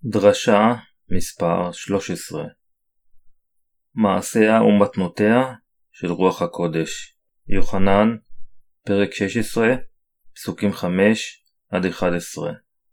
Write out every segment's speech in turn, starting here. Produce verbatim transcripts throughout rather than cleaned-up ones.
דרשה מספר שלוש עשרה מעשיה ומתנותיה של רוח הקודש. יוחנן פרק שש עשרה פסוקים חמש עד אחד עשר.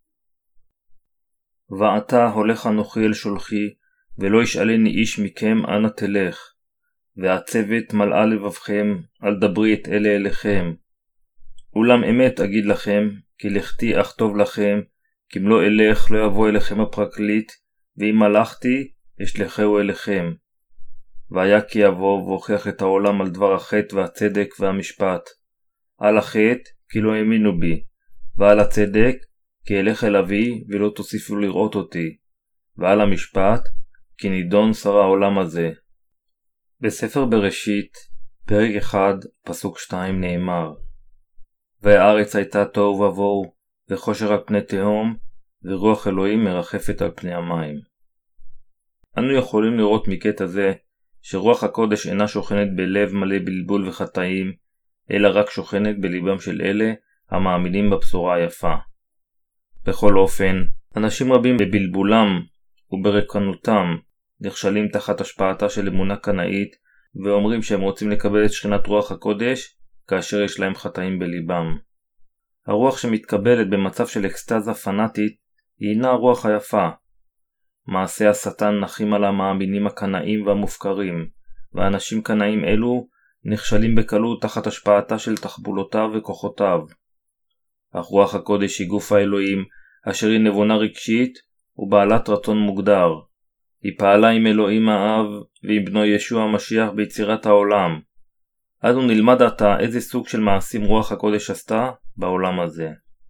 ועתה הולך אנוכי אל שולחי, ולא ישאלני איש מכם אנה תלך, והצוות מלאה לבבכם, אל דברי את אלה אליכם. אולם אמת אגיד לכם, כי לכתי אך טוב לכם, כי אם לא אלך לא יבוא אליכם הפרקליט, ואם הלכתי אשלחהו אליכם. והיה כי יבוא והוכיח את העולם על דבר החטא והצדק והמשפט. על החטא כי לא האמינו בי, ועל הצדק כי אלך אל אבי ולא תוסיפו לראות אותי, ועל המשפט כי נידון שר העולם הזה. בספר בראשית פרק אחד פסוק שתיים נאמר, והארץ הייתה תוהו ובוהו וחושך על פני תהום, ורוח אלוהים מרחפת על פני המים. אנו יכולים לראות מקטע זה שרוח הקודש אינה שוכנת בלב מלא בלבול וחטאים, אלא רק שוכנת בליבם של אלה המאמינים בבשורה היפה. בכל אופן, אנשים רבים בבלבולם וברקנותם נכשלים תחת השפעתה של אמונה קנאית, ואומרים שהם רוצים לקבל את שכינת רוח הקודש כאשר יש להם חטאים בליבם. הרוח שמתקבלת במצב של אקסטזה פנאטית היא אינה הרוח היפה. מעשי השטן נחים על המאמינים הקנאים והמופקרים, ואנשים קנאים אלו נכשלים בקלות תחת השפעתה של תחבולותיו וכוחותיו. אך רוח הקודש היא גוף האלוהים, אשר היא נבונה רגשית ובעלת רצון מוגדר. היא פעלה עם אלוהים האב ועם בנו ישוע המשיח ביצירת העולם. אנו נלמד עתה איזה סוג של מעשים רוח הקודש עשתה בעולם הזה.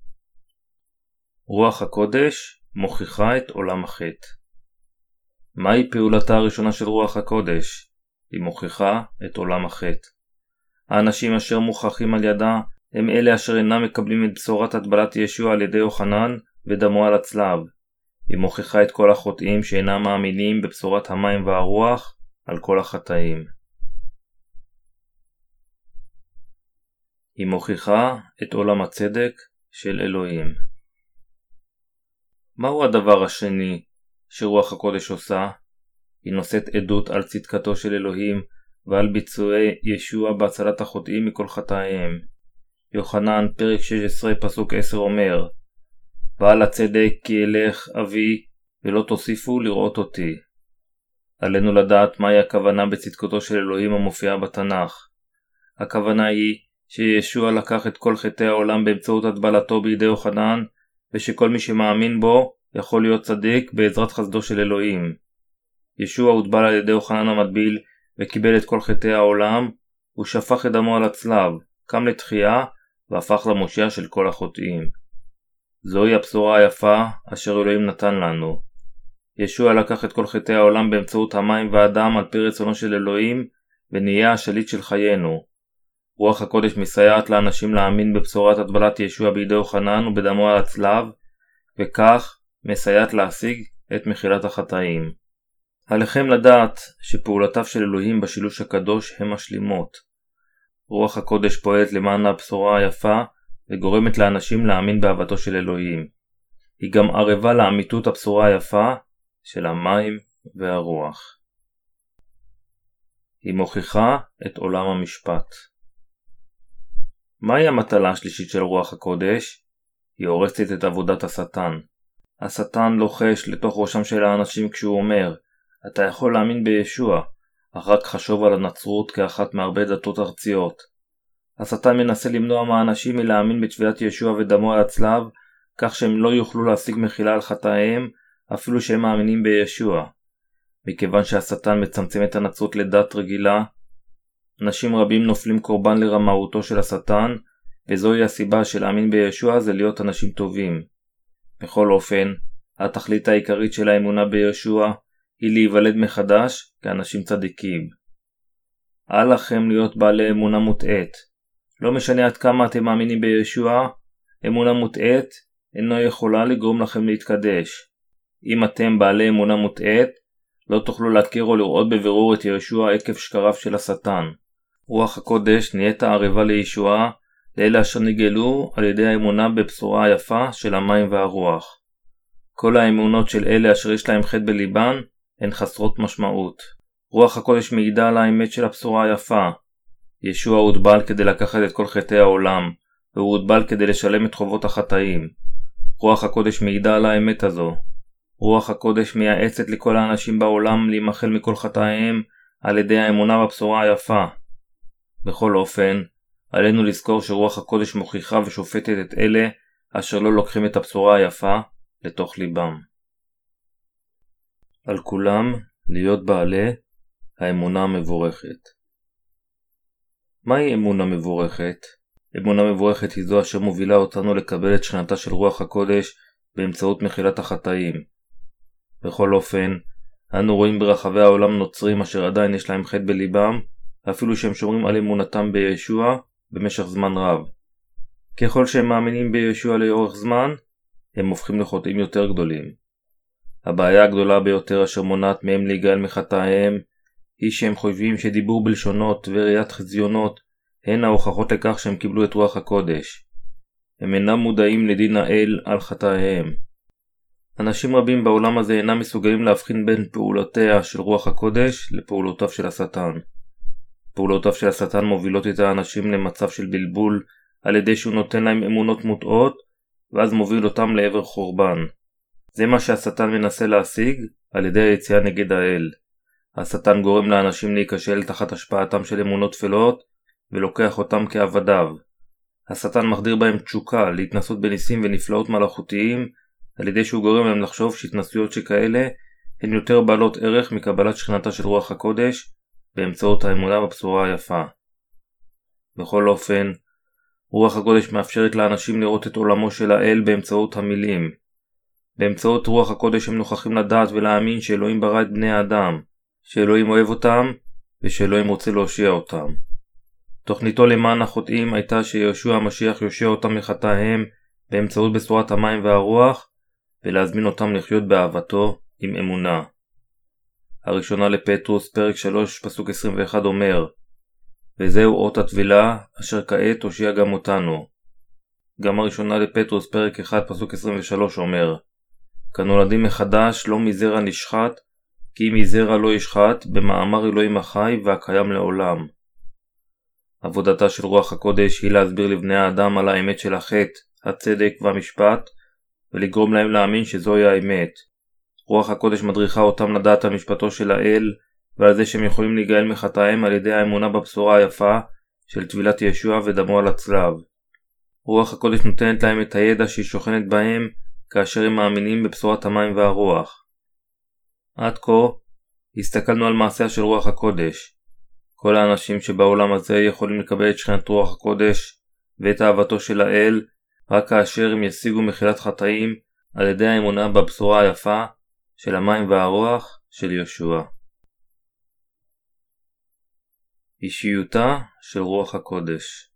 רוח הקודש מוכיחה את עולם החטא. מהי פעולתה הראשונה של רוח הקודש? היא מוכיחה את עולם החטא. האנשים אשר מוכחים על ידה הם אלה אשר אינם מקבלים את בשורת הטבלת ישוע על ידי יוחנן ודמו על הצלב. היא מוכיחה את כל החוטאים שאינם מאמינים בבשורת המים והרוח על כל החטאים. היא מוכיחה את עולם הצדק של אלוהים. מהו הדבר השני שרוח הקודש עושה? היא נושאת עדות על צדקתו של אלוהים ועל ביצועי ישוע בהצלת החוטאים מכל חטאיהם. יוחנן פרק שש עשרה פסוק עשר אומר, ועל הצדק כי אלך אבי ולא תוסיפו לראות אותי. עלינו לדעת מהי הכוונה בצדקתו של אלוהים המופיעה בתנ"ך. הכוונה היא שישוע לקח את כל חטאי העולם באמצעות הטבלתו בידי יוחנן, ושכל מי שמאמין בו יכול להיות צדיק בעזרת חסדו של אלוהים. ישוע הוטבל על ידי יוחנן המטביל וקיבל את כל חטאי העולם, הוא שפך את דמו על הצלב, קם לתחייה והפך למושיע של כל החוטאים. זוהי הבשורה היפה אשר אלוהים נתן לנו. ישוע לקח את כל חטאי העולם באמצעות המים והדם על פי רצונו של אלוהים, ונהיה השליט של חיינו. רוח הקודש מסייעת לאנשים להאמין בבשורת הטבלת ישוע בידי יוחנן ובדמו על הצלב, וכך מסייעת להשיג את מחילת החטאים. עליכם לדעת שפעולותיו של אלוהים בשילוש הקדוש הם משלימות. רוח הקודש פועלת למען הבשורה היפה וגורמת לאנשים להאמין באהבתו של אלוהים. היא גם ערבה לאמיתות הבשורה היפה של המים והרוח. היא מוכיחה את עולם המשפט. מהי המטלה השלישית של רוח הקודש? היא הורסת את עבודת השטן. השטן לוחש לתוך ראשם של האנשים כשהוא אומר, אתה יכול להאמין בישוע, אך רק חשוב על הנצרות כאחת מהרבה דתות ארציות. השטן מנסה למנוע מהאנשים מלהאמין בתביעת ישוע ודמו על הצלב, כך שהם לא יוכלו להשיג מחילה על חטאיהם, אפילו שהם מאמינים בישוע. מכיוון שהשטן מצמצם את הנצרות לדת רגילה, אנשים רבים נופלים קורבן לרמאותו של השטן, וזוהי הסיבה של להאמין בישוע זה להיות אנשים טובים. בכל אופן, התכלית העיקרית של האמונה בישוע היא להיוולד מחדש כאנשים צדיקים. אל לכם להיות בעלי אמונה מוטעית. לא משנה עד כמה אתם מאמינים בישוע, אמונה מוטעית אינו יכולה לגרום לכם להתקדש. אם אתם בעלי אמונה מוטעית, לא תוכלו להכיר או לראות בבירור את ישוע עקב שקריו של השטן. רוח הקודש נהייתה ערבה לישועה לאלה אשר נגאלו על ידי האמונה בבשורה היפה של המים והרוח. כל האמונות של אלה אשר יש להם חטא בליבן הן חסרות משמעות. רוח הקודש מעידה על האמת של הבשורה היפה. ישוע הוטבל כדי לקחת את כל חטאי העולם, והוא הוטבל כדי לשלם את חובות החטאים. רוח הקודש מעידה על האמת הזו. רוח הקודש מייעצת לכל האנשים בעולם להימחל מכל חטאיהם על ידי האמונה בבשורה היפה. בכל אופן, עלינו לזכור שרוח הקודש מוכיחה ושופטת את אלה אשר לא לוקחים את הבשורה היפה לתוך ליבם. על כולם להיות בעלי האמונה המבורכת. מהי אמונה מבורכת? אמונה מבורכת היא זו אשר מובילה אותנו לקבל את שכינתה של רוח הקודש באמצעות מחילת החטאים. בכל אופן, אנו רואים ברחבי העולם נוצרים אשר עדיין יש להם חטא בליבם, אפילו שהם שומרים על אמונתם בישוע במשך זמן רב. ככל שהם מאמינים בישוע לאורך זמן, הם הופכים לחוטאים יותר גדולים. הבעיה הגדולה ביותר אשר מונעת מהם להיגאל מחטאיהם, היא שהם חושבים שדיבור בלשונות וראיית חזיונות הן ההוכחות לכך שהם קיבלו את רוח הקודש. הם אינם מודעים לדין האל על חטאיהם. אנשים רבים בעולם הזה אינם מסוגלים להבחין בין פעולותיה של רוח הקודש לפעולותיו של השטן. פעולותיו של השטן מובילות את האנשים למצב של בלבול על ידי שהוא נותן להם אמונות מוטעות ואז מוביל אותם לעבר חורבן. זה מה שהשטן מנסה להשיג על ידי היציאה נגד האל. השטן גורם לאנשים להיכשל תחת השפעתם של אמונות תפלות ולוקח אותם כעבדיו. השטן מחדיר בהם תשוקה להתנסות בניסים ונפלאות מלאכותיים על ידי שהוא גורם להם לחשוב שהתנסויות שכאלה הן יותר בעלות ערך מקבלת שכינתה של רוח הקודש באמצעות האמונה בבשורה היפה. בכל אופן, רוח הקודש מאפשרת לאנשים לראות את עולמו של האל באמצעות המילים. באמצעות רוח הקודש הם נוכחים לדעת ולהאמין שאלוהים ברא את בני האדם, שאלוהים אוהב אותם ושאלוהים רוצה להושיע אותם. תוכניתו למען החוטאים הייתה שישוע המשיח יושיע אותם מחטאיהם באמצעות בשורת המים והרוח ולהזמין אותם לחיות באהבתו עם אמונה. הראשונה לפטרוס פרק שלוש פסוק עשרים ואחת אומר, וזהו אות הטבילה אשר כעת הושיע גם אותנו. גם הראשונה לפטרוס פרק אחד פסוק עשרים ושלוש אומר, כנולדים מחדש לא מזרע נשחט, כי מזרע לא ישחט, במאמר אלוהים החי והקיים לעולם. עבודתה של רוח הקודש היא להסביר לבני האדם על האמת של החטא, הצדק והמשפט, ולגרום להם להאמין שזוהי האמת. רוח הקודש מדריכה אותם לדעת על משפטו של האל, ועל זה שהם יכולים להיגאל מחטאיהם על ידי האמונה בבשורה היפה של טבילת ישוע ודמו על הצלב. רוח הקודש נותנת להם את הידע שהיא שוכנת בהם כאשר הם מאמינים בבשורת המים והרוח. עד כה, הסתכלנו על מעשיה של רוח הקודש. כל האנשים שבעולם הזה יכולים לקבל את שכינת רוח הקודש ואת אהבתו של האל רק כאשר הם ישיגו מחילת חטאים על ידי האמונה בבשורה היפה של המים והרוח של ישוע. אישיותה של רוח הקודש.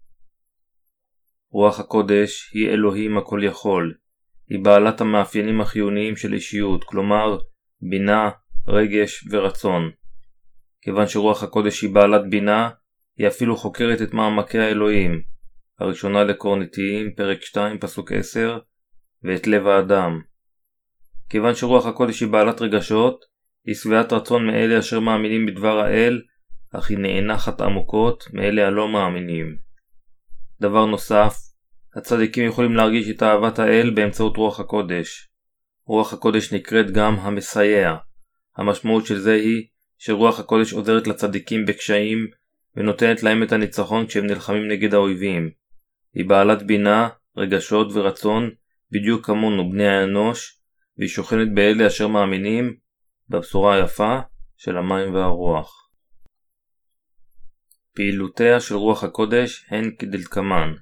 רוח הקודש היא אלוהים הכל יכול. היא בעלת המאפיינים החיוניים של אישיות, כלומר בינה, רגש ורצון. כיוון שרוח הקודש היא בעלת בינה, היא אפילו חוקרת את מעמקי האלוהים. הראשונה לקורינתיים פרק שתיים פסוק עשר, ואת לב האדם. כיוון שרוח הקודש היא בעלת רגשות, היא שבעת רצון מאלה אשר מאמינים בדבר האל, אך היא נאנחת עמוקות מאלה הלא מאמינים. דבר נוסף, הצדיקים יכולים להרגיש את אהבת האל באמצעות רוח הקודש. רוח הקודש נקראת גם המסייע. המשמעות של זה היא שרוח הקודש עוזרת לצדיקים בקשיים ונותנת להם את הניצחון כשהם נלחמים נגד האויבים. היא בעלת בינה, רגשות ורצון בדיוק כמונו בני האנוש, והיא שוכנת באלה אשר מאמינים בבשורה היפה של המים והרוח. פעילותיה של רוח הקודש הן כדלקמן.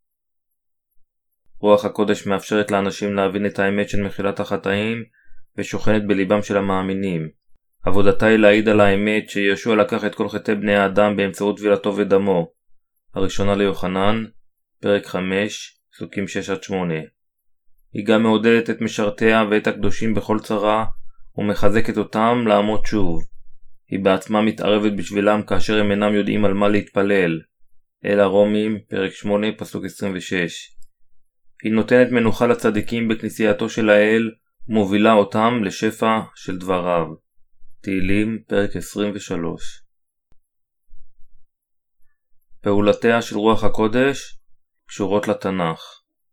רוח הקודש מאפשרת לאנשים להבין את האמת של מחילת החטאים ושוכנת בליבם של המאמינים. עבודתה היא להעיד על האמת שישוע לקח את כל חטאי בני האדם באמצעות טבילתו ודמו. הראשונה ליוחנן, פרק חמש, פסוקים שש עד שמונה. היא גם מעודדת את משרתיה ואת הקדושים בכל צרה ומחזקת אותם לעמוד שוב. היא בעצמה מתערבת בשבילם כאשר הם אינם יודעים על מה להתפלל. אל הרומים, פרק שמונה, פסוק עשרים ושש. היא נותנת מנוחה לצדיקים בכנסייתו של האל מובילה אותם לשפע של דבריו. תהילים פרק עשרים ושלוש. פעולותיה של רוח הקודש קשורות לתנ"ך.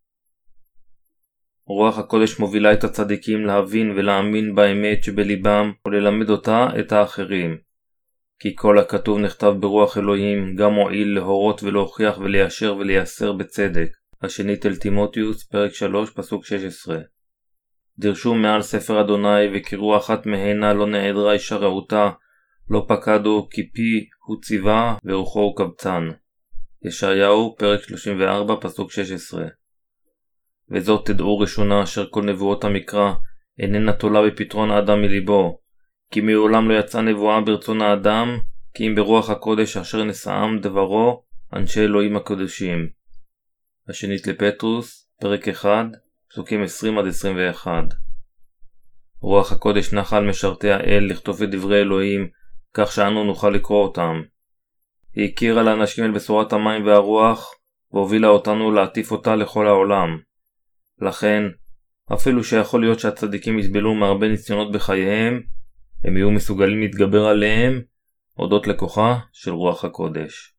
רוח הקודש מובילה את הצדיקים להבין ולהאמין באמת שבליבם וללמד אותה את האחרים. כי כל הכתוב נכתב ברוח אלוהים, גם מועיל להורות ולהוכיח וליישר ולייסר בצדק. השנית אל תימותאוס פרק שלוש פסוק שש עשרה. דרשו מעל ספר אדוני וקראו אחת מהנה, לא נעדרה אישה רעותה, לא פקדו כי פי הוא ציווה ורוחו הוא קבצן. ישעיהו פרק שלושים וארבע פסוק שש עשרה. וזאת תדעו ראשונה אשר כל נבואות המקרא איננה תולה בפתרון האדם מליבו, כי מעולם לא יצאה נבואה ברצון האדם, כי אם ברוח הקודש אשר נשאם דברו אנשי אלוהים הקודשים. השנית לפטרוס פרק אחד פסוקים עשרים עד עשרים ואחת. רוח הקודש נחה על משרתי האל לכתוב את דברי אלוהים, כך שאנו נוכל לקרוא אותם. היא הכירה לאנשים אל בשורת המים והרוח, והובילה אותנו להטיף אותה לכל העולם. לכן, אפילו שיכול להיות שהצדיקים יסבלו מהרבה ניסיונות בחייהם, הם יהיו מסוגלים להתגבר עליהם, הודות לכוחה של רוח הקודש.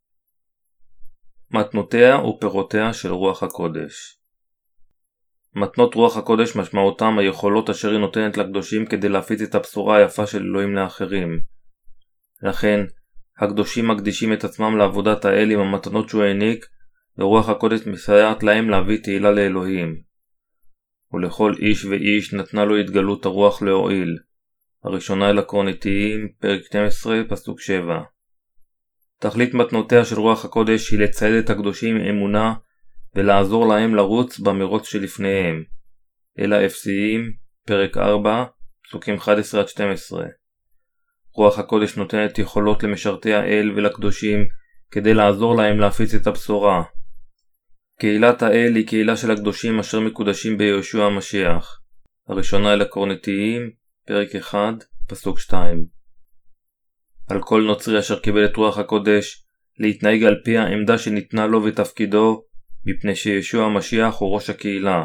מתנותיה ופירותיה של רוח הקודש. מתנות רוח הקודש משמעותם היכולות אשר היא נותנת לקדושים כדי להפיץ את הבשורה היפה של אלוהים לאחרים. לכן, הקדושים מקדישים את עצמם לעבודת האל עם המתנות שהוא העניק, ורוח הקודש מסייעת להם להביא תהילה לאלוהים. ולכל איש ואיש נתנה לו התגלות הרוח להועיל. הראשונה אל הקורינתיים פרק שתים עשרה פסוק שבע. תכלית מתנותיה של רוח הקודש היא לצייד את הקדושים עם אמונה ולעזור להם לרוץ במרוץ שלפניהם. אל האפסיים פרק ארבע פסוקים אחד עשר עד שתים עשרה. רוח הקודש נותנת יכולות למשרתי האל ולקדושים כדי לעזור להם להפיץ את הבשורה. קהילת האל היא קהילה של הקדושים אשר מקודשים ביהושע המשיח. הראשונה אל הקורינתיים פרק אחד פסוק שתיים. על כל נוצרי אשר קיבל את רוח הקודש להתנהג על פי העמדה שניתנה לו ותפקידו, מפני שישוע המשיח הוא ראש הקהילה.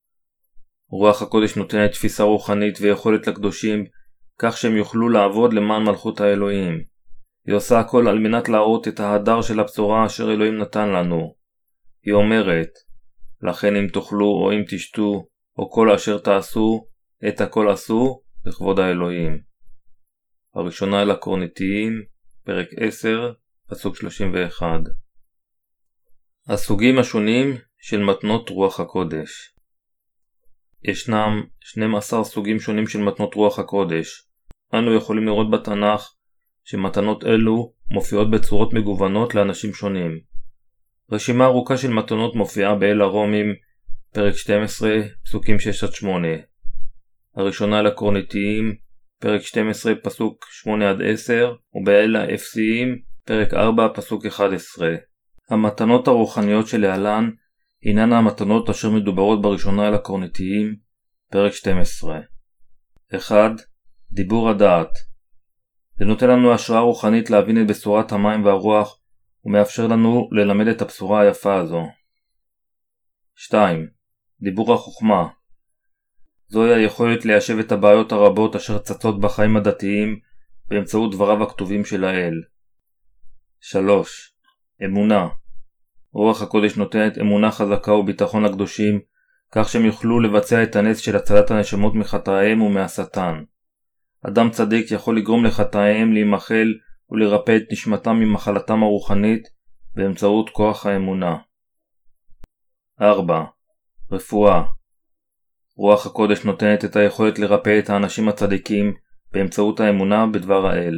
רוח הקודש נותנת תפיסה רוחנית ויכולת לקדושים, כך שהם יוכלו לעבוד למען מלכות האלוהים. היא עושה הכל על מנת להראות את ההדר של הבשורה אשר אלוהים נתן לנו. היא אומרת, לכן אם תאכלו או אם תשתו, או כל אשר תעשו, את הכל עשו לכבוד האלוהים. הראשונה אל הקורינתיים פרק עשר פסוק שלושים ואחת. הסוגים השונים של מתנות רוח הקודש. ישנם שנים עשר סוגים שונים של מתנות רוח הקודש. אנו יכולים לראות בתנ"ך שמתנות אלו מופיעות בצורות מגוונות לאנשים שונים. רשימה ארוכה של מתנות מופיעה באל הרומים פרק שתים עשרה פסוקים שש עד שמונה. הראשונה אל הקורינתיים פרק שתים עשרה פסוק שמונה עד עשר, ובאל האפסיים פרק ארבע פסוק אחד עשרה. המתנות הרוחניות שלהלן הינן המתנות אשר מדוברות בראשונה אל הקורינתיים פרק שתים עשרה. אחד. דיבור הדעת. זה נותן לנו השראה רוחנית להבין את בשורת המים והרוח, ומאפשר לנו ללמד את הבשורה היפה הזו. שתיים. דיבור החוכמה. זוהי היכולת ליישב את הבעיות הרבות אשר צצות בחיים הדתיים באמצעות דבריו הכתובים של האל. שלוש. אמונה. רוח הקודש נותנת אמונה חזקה וביטחון לקדושים, כך שהם יוכלו לבצע את הנס של הצלת הנשמות מחטאיהם ומהשטן. אדם צדיק יכול לגרום לחטאיהם להימחל ולרפא את נשמתם ממחלתם הרוחנית באמצעות כוח האמונה. ארבע. רפואה. רוח הקודש נותנת את היכולת לרפא את האנשים הצדיקים באמצעות האמונה בדבר האל.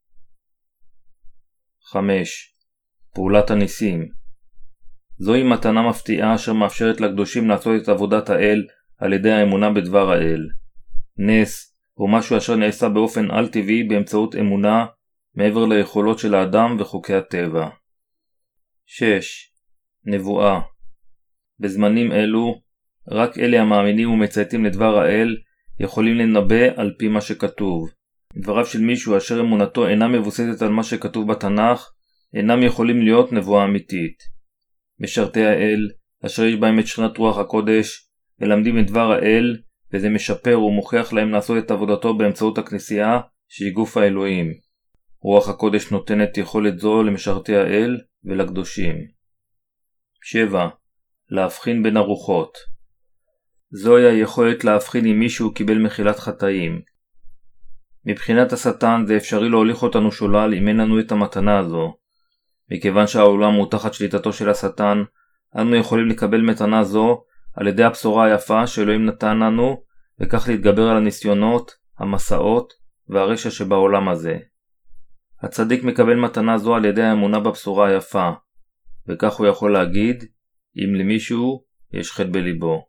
חמש. פעולת הניסים. זוהי מתנה מפתיעה אשר מאפשרת לקדושים לעשות את עבודת האל על ידי האמונה בדבר האל. נס הוא משהו אשר נעשה באופן על טבעי באמצעות אמונה מעבר ליכולות של האדם וחוקי הטבע. שש. נבואה. בזמנים אלו רק אלה המאמינים ומצייתים לדבר האל יכולים לנבא על פי מה שכתוב. דבריו של מישהו אשר אמונתו אינה מבוססת על מה שכתוב בתנ"ך אינם יכולים להיות נבואה אמיתית. משרתי האל, אשר יש בהם את שכינת רוח הקודש, מלמדים את דבר האל וזה משפר ומוכיח להם לעשות את עבודתו באמצעות הכנסייה שהיא גוף האלוהים. רוח הקודש נותנת יכולת זו למשרתי האל ולקדושים. שבע. להבחין בין הרוחות. זוהי היכולת להבחין אם מישהו קיבל מחילת חטאים. מבחינת השטן זה אפשרי להוליך אותנו שולל אם אין לנו את המתנה הזו. מכיוון שהעולם הוא תחת שליטתו של השטן, אנו יכולים לקבל מתנה זו על ידי הבשורה היפה שאלוהים נתן לנו, וכך להתגבר על הניסיונות, המסעות והרשע שבעולם הזה. הצדיק מקבל מתנה זו על ידי האמונה בבשורה היפה, וכך הוא יכול להגיד אם למישהו יש חטא בליבו.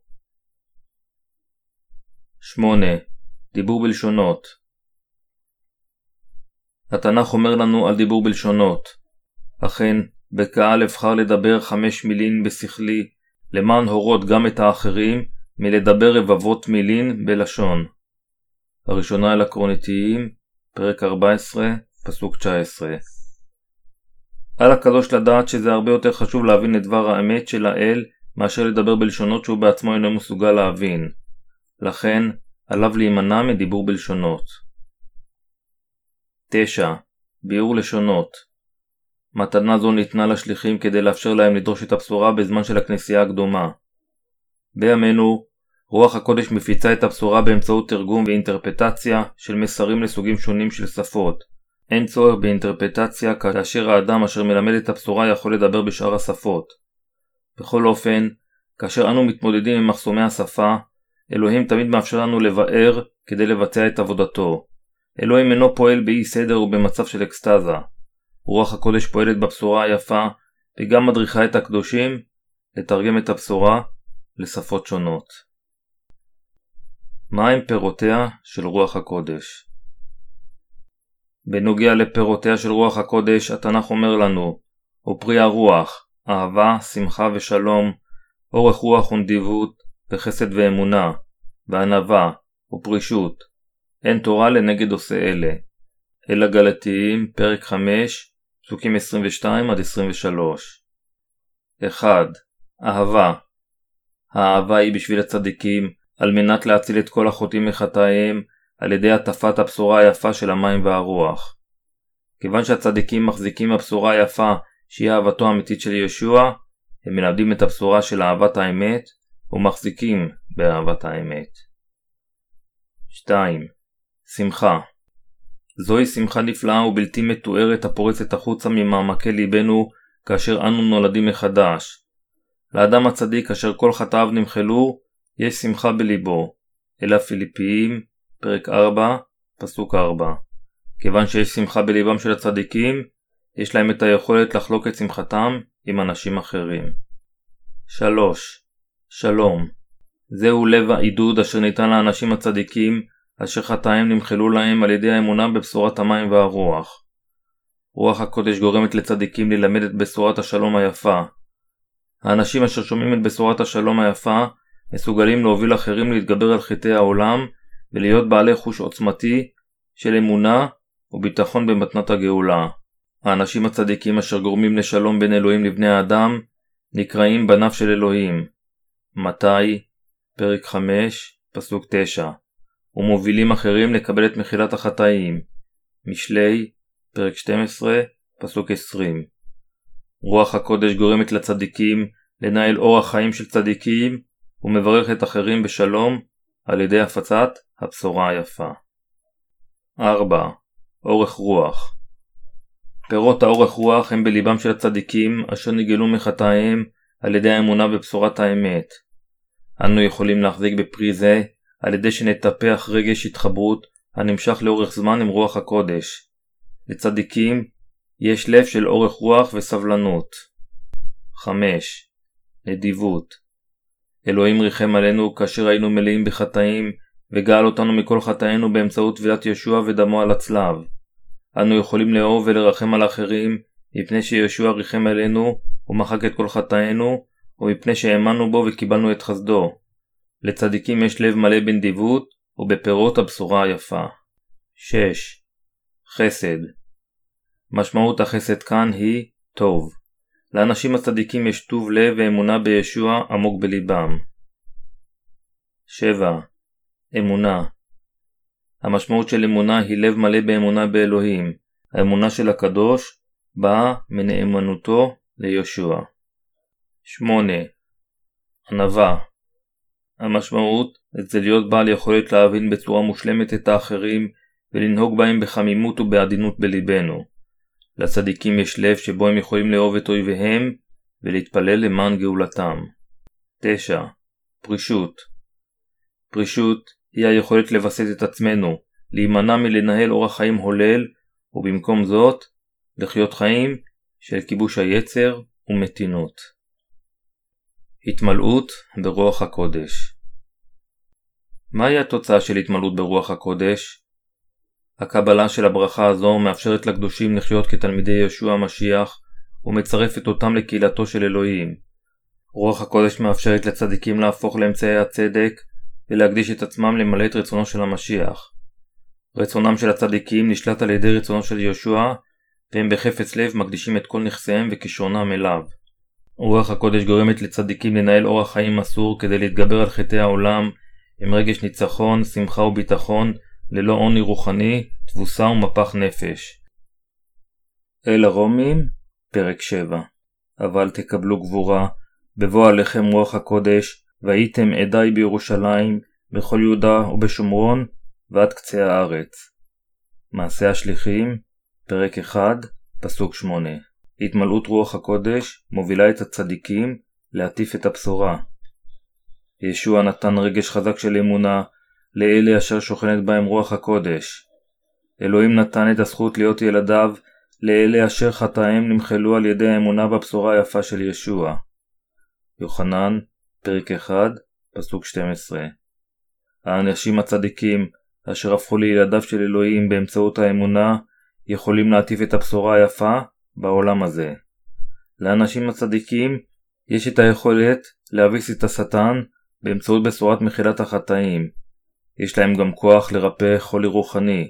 שמונה. דיבור בלשונות. התנ"ך אומר לנו על דיבור בלשונות. אכן, בקהל אבחר לדבר חמש מילין בשכלי, למען הורות גם את האחרים מלדבר רבבות מילין בלשון. הראשונה אל הקרונתיים, פרק ארבע עשרה, פסוק תשע עשרה. על הקדוש לדעת שזה הרבה יותר חשוב להבין את דבר האמת של האל מאשר לדבר בלשונות שהוא בעצמו אינו מסוגל להבין. לכן, עליו להימנע מדיבור בלשונות. תשע. ביאור לשונות. מתנה זו ניתנה לשליחים כדי לאפשר להם לדרוש את הבשורה בזמן של הכנסייה הקדומה. בימינו, רוח הקודש מפיצה את הבשורה באמצעות תרגום ואינטרפטציה של מסרים לסוגים שונים של שפות. אין צורך באינטרפטציה כאשר האדם אשר מלמד את הבשורה יכול לדבר בשאר השפות. בכל אופן, כאשר אנו מתמודדים עם מחסומי השפה, אלוהים תמיד מאפשר לנו לבאר כדי לבצע את עבודתו. אלוהים אינו פועל באי סדר ובמצב של אקסטזה. רוח הקודש פועלת בבשורה היפה וגם מדריכה את הקדושים לתרגם את הבשורה לשפות שונות. מה הם פירותיה של רוח הקודש? בנוגע לפירותיה של רוח הקודש, התנ"ך אומר לנו, ופרי הרוח, אהבה, שמחה ושלום, אורך רוח ונדיבות, וחסד ואמונה, וענווה, ופרישות. אין תורה לנגד עושה אלה. אל הגלתיים, פרק חמש, פסוקים עשרים ושתיים עד עשרים ושלוש. אחד. אהבה. האהבה היא בשביל הצדיקים, על מנת להציל את כל החוטאים מחטאיהם, על ידי הטפת הבשורה היפה של המים והרוח. כיוון שהצדיקים מחזיקים הבשורה היפה שהיא אהבתו האמיתית של ישוע, הם מלמדים את הבשורה של אהבת האמת ומחזיקים באהבת האמת. שתיים. שמחה. זוהי שמחה נפלאה ובלתי מתוארת הפורצת החוצה ממעמקי ליבנו כאשר אנו נולדים מחדש. לאדם הצדיק אשר כל חטאיו נמחלו, יש שמחה בליבו. אל הפיליפיים, פרק ארבע, פסוק ארבע. כיוון שיש שמחה בליבם של הצדיקים, יש להם את היכולת לחלוק את שמחתם עם אנשים אחרים. שלוש. שלום. זהו לב העידוד אשר ניתן לאנשים הצדיקים, אשר חטאים נמחלו להם על ידי האמונה בבשורת המים והרוח. רוח הקודש גורמת לצדיקים ללמד את בשורת השלום היפה. האנשים אשר שומעים את בשורת השלום היפה, מסוגלים להוביל אחרים להתגבר על חטאי העולם, ולהיות בעלי חוש עוצמתי של אמונה וביטחון במתנת הגאולה. האנשים הצדיקים אשר גורמים לשלום בין אלוהים לבני האדם, נקראים בניו של אלוהים. מתי, פרק חמש, פסוק תשע. ומובילים אחרים לקבל את מחילת החטאים. משלי, פרק שתים עשרה, פסוק עשרים. רוח הקודש גורמת לצדיקים לנהל אורח חיים של צדיקים, ומברך את אחרים בשלום על ידי הפצת הבשורה היפה. ארבע. אורך רוח. פירות האורך רוח הם בליבם של הצדיקים אשר נגאלו מחטאיהם על ידי האמונה בבשורת האמת. אנו יכולים להחזיק בפרי זה על ידי שנטפח רגש התחברות הנמשך לאורך זמן עם רוח הקודש. לצדיקים יש לב של אורך רוח וסבלנות. חמש. נדיבות. אלוהים ריחם עלינו כאשר היינו מלאים בחטאים וגאל אותנו מכל חטאינו באמצעות טבילת ישוע ודמו על הצלב. אנו יכולים לאהוב ולרחם על אחרים מפני שישוע ריחם עלינו ומחק את כל חטאינו, ומפני שהאמנו בו וקיבלנו את חסדו. לצדיקים יש לב מלא בנדיבות ובפירות הבשורה היפה. שש. חסד. משמעות החסד כאן היא טוב. לאנשים הצדיקים יש טוב לב ואמונה בישוע עמוק בליבם. שבע. אמונה. המשמעות של אמונה היא לב מלא באמונה באלוהים. האמונה של הקדוש באה מנאמנותו ליהושע. שמונה. ענווה. המשמעות זה להיות בעל יכולת להבין בצורה מושלמת את האחרים ולנהוג בהם בחמימות ובעדינות בליבנו. לצדיקים יש לב שבו הם יכולים לאהוב את אויביהם ולהתפלל למען גאולתם. תשע. פרישות. פרישות היא היכולת לבסס את עצמנו, להימנע מלנהל אורח חיים הולל, ובמקום זאת, לחיות חיים של כיבוש היצר ומתינות. התמלאות ברוח הקודש. מהי התוצאה של התמלאות ברוח הקודש? הקבלה של הברכה הזו מאפשרת לקדושים לחיות כתלמידי ישוע המשיח ומצרפת אותם לקהילתו של אלוהים. רוח הקודש מאפשרת לצדיקים להפוך לאמצעי הצדק ולהקדיש את עצמם למלא את רצונו של המשיח. רצונם של הצדיקים נשלט על ידי רצונו של ישוע, והם בחפץ לב מקדישים את כל נכסיהם וכישרונם אליו. רוח הקודש גורמת לצדיקים לנהל אורח חיים מסור כדי להתגבר על חטאי העולם עם רגש ניצחון, שמחה וביטחון, ללא עוני רוחני, תבוסה ומפח נפש. אל הרומים, פרק שבע. אבל תקבלו גבורה, בבוא עליכם רוח הקודש, והייתם עדיי בירושלים, בכל יהודה ובשומרון, ועד קצה הארץ. מעשה השליחים, פרק אחד, פסוק שמונה. התמלאות רוח הקודש מובילה את הצדיקים להטיף את הבשורה. ישוע נתן רגש חזק של אמונה לאלה אשר שוכנת בהם רוח הקודש. אלוהים נתן את הזכות להיות ילדיו לאלה אשר חטאיהם נמחלו על ידי האמונה בבשורה היפה של ישוע. יוחנן, פרק אחד, פסוק שתים עשרה. האנשים הצדיקים אשר הפכו לילדיו של אלוהים באמצעות האמונה יכולים להטיף את הבשורה היפה בעולם הזה. לאנשים הצדיקים יש את היכולת להביס את השטן באמצעות בשורת מחילת החטאים. יש להם גם כוח לרפא חולי רוחני.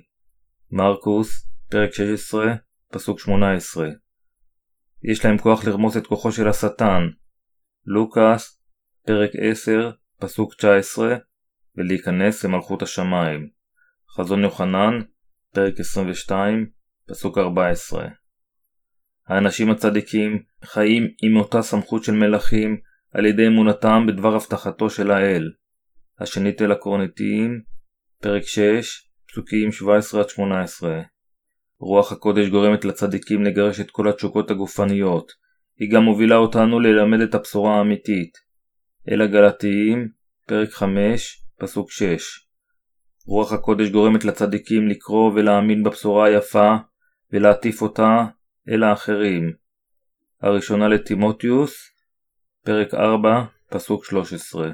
מרקוס, פרק שש עשרה, פסוק שמונה עשרה. יש להם כוח לרמוס את כוחו של השטן. לוקאס, פרק עשר, פסוק תשע עשרה, ולהיכנס למלכות השמיים. חזון יוחנן, פרק עשרים ושתיים, פסוק ארבע עשרה. האנשים הצדיקים חיים עם אותה סמכות של מלכים על ידי אמונתם בדבר הבטחתו של האל. השנית אל הקורינתיים, פרק שש, פסוקים שבע עשרה עד שמונה עשרה. רוח הקודש גורמת לצדיקים לגרש את כל התשוקות הגופניות. היא גם מובילה אותנו ללמד את הבשורה האמיתית. אל הגלתיים, פרק חמש, פסוק שש. רוח הקודש גורמת לצדיקים לקרוא ולהאמין בבשורה היפה ולהטיף אותה אל האחרים. הראשונה לתימותיוס, פרק ארבע, פסוק שלוש עשרה.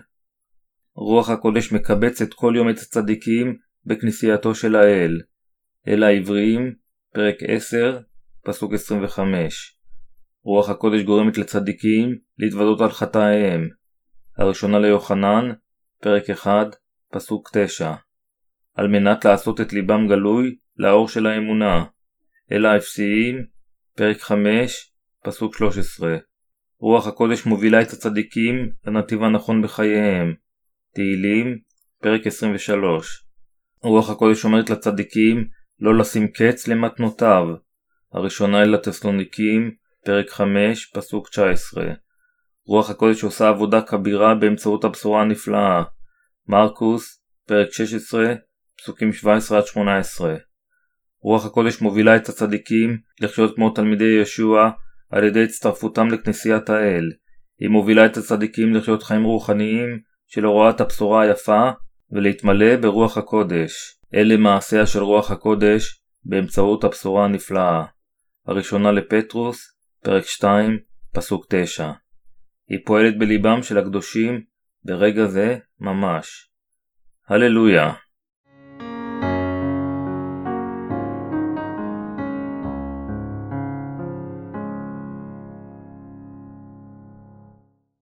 רוח הקודש מקבץ את כל יום את הצדיקים בכנסייתו של האל. אל העבריים, פרק עשר, פסוק עשרים וחמש. רוח הקודש גורמת לצדיקים להתוודות על חטאיהם. הראשונה ליוחנן, פרק אחד, פסוק תשע. על מנת לעשות את ליבם גלוי לאור של האמונה. אל האפסיים, פרק חמש, פסוק שלוש עשרה. רוח הקודש מובילה את הצדיקים לנתיב הנכון בחייהם. תהילים, פרק עשרים ושלוש. רוח הקודש אומרת לצדיקים לא לשים קץ למתנותיו. הראשונה אל התסלוניקים, פרק חמש, פסוק תשע עשרה. רוח הקודש עושה עבודה כבירה באמצעות הבשורה הנפלאה. מרקוס, פרק שש עשרה, פסוקים שבע עשרה עד שמונה עשרה. רוח הקודש מובילה את הצדיקים לחיות כמו תלמידי ישוע על ידי הצטרפותם לכנסיית האל. היא מובילה את הצדיקים לחיות חיים רוחניים של הוראת הבשורה היפה ולהתמלא ברוח הקודש. אלה מעשיה של רוח הקודש באמצעות הבשורה הנפלאה. הראשונה לפטרוס, פרק שתיים, פסוק תשע. היא פועלת בליבם של הקדושים ברגע זה ממש. הללויה.